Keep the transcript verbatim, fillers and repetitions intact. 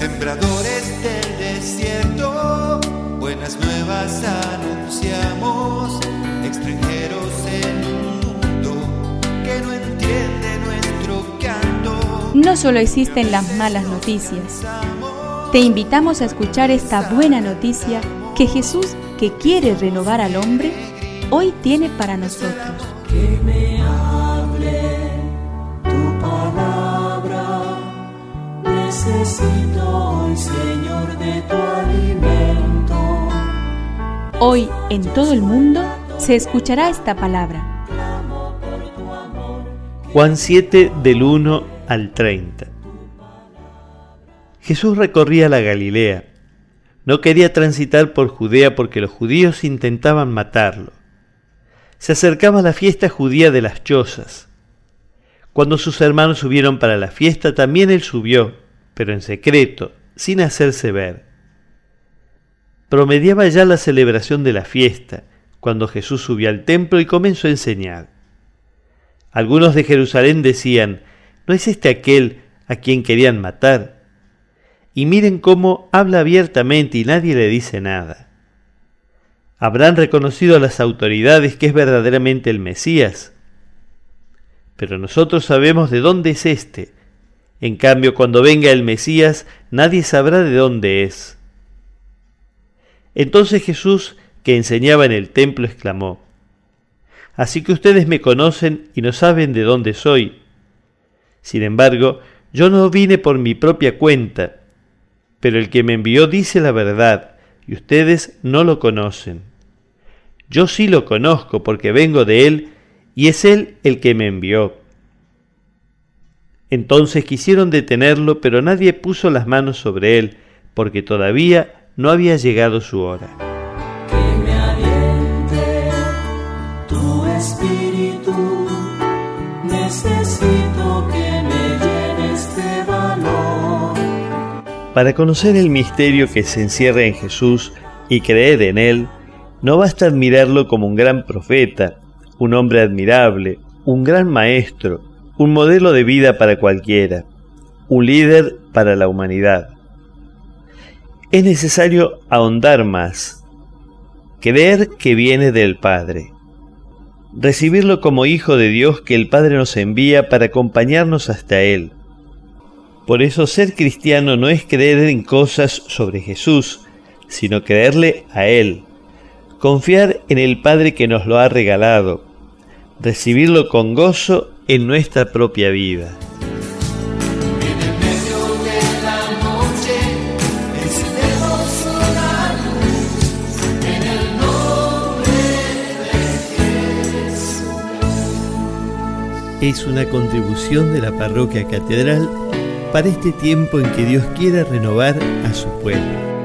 Sembradores del desierto, buenas nuevas anunciamos, extranjeros en un mundo que no entiende nuestro canto. No solo existen las malas noticias. Te invitamos a escuchar esta buena noticia que Jesús, que quiere renovar al hombre, hoy tiene para nosotros. Que me hable tu palabra, necesito hoy, Señor, de tu alimento. Hoy en todo el mundo se escuchará esta palabra. Juan siete del uno al treinta. Jesús recorría la Galilea. No quería transitar por Judea porque los judíos intentaban matarlo. Se acercaba la fiesta judía de las chozas. Cuando sus hermanos subieron para la fiesta, también él subió, pero en secreto, sin hacerse ver. Promediaba ya la celebración de la fiesta, cuando Jesús subió al templo y comenzó a enseñar. Algunos de Jerusalén decían: ¿no es este aquel a quien querían matar? Y miren cómo habla abiertamente y nadie le dice nada. Habrán reconocido a las autoridades que es verdaderamente el Mesías. Pero nosotros sabemos de dónde es éste. En cambio, cuando venga el Mesías, nadie sabrá de dónde es. Entonces Jesús, que enseñaba en el templo, exclamó: Así que ustedes me conocen y no saben de dónde soy. Sin embargo, yo no vine por mi propia cuenta, pero el que me envió dice la verdad, y ustedes no lo conocen. Yo sí lo conozco porque vengo de él, y es él el que me envió. Entonces quisieron detenerlo, pero nadie puso las manos sobre él, porque todavía no había llegado su hora. Que me aliente tu espíritu, necesito que me llenes de valor. Para conocer el misterio que se encierra en Jesús y creer en él, no basta admirarlo como un gran profeta, un hombre admirable, un gran maestro, un modelo de vida para cualquiera, un líder para la humanidad. Es necesario ahondar más, creer que viene del Padre, recibirlo como Hijo de Dios que el Padre nos envía para acompañarnos hasta Él. Por eso ser cristiano no es creer en cosas sobre Jesús, sino creerle a Él, confiar en el Padre que nos lo ha regalado, recibirlo con gozo en nuestra propia vida. En el medio de la noche encendemos una luz en el nombre de Jesús. Es una contribución de la Parroquia Catedral para este tiempo en que Dios quiere renovar a su pueblo.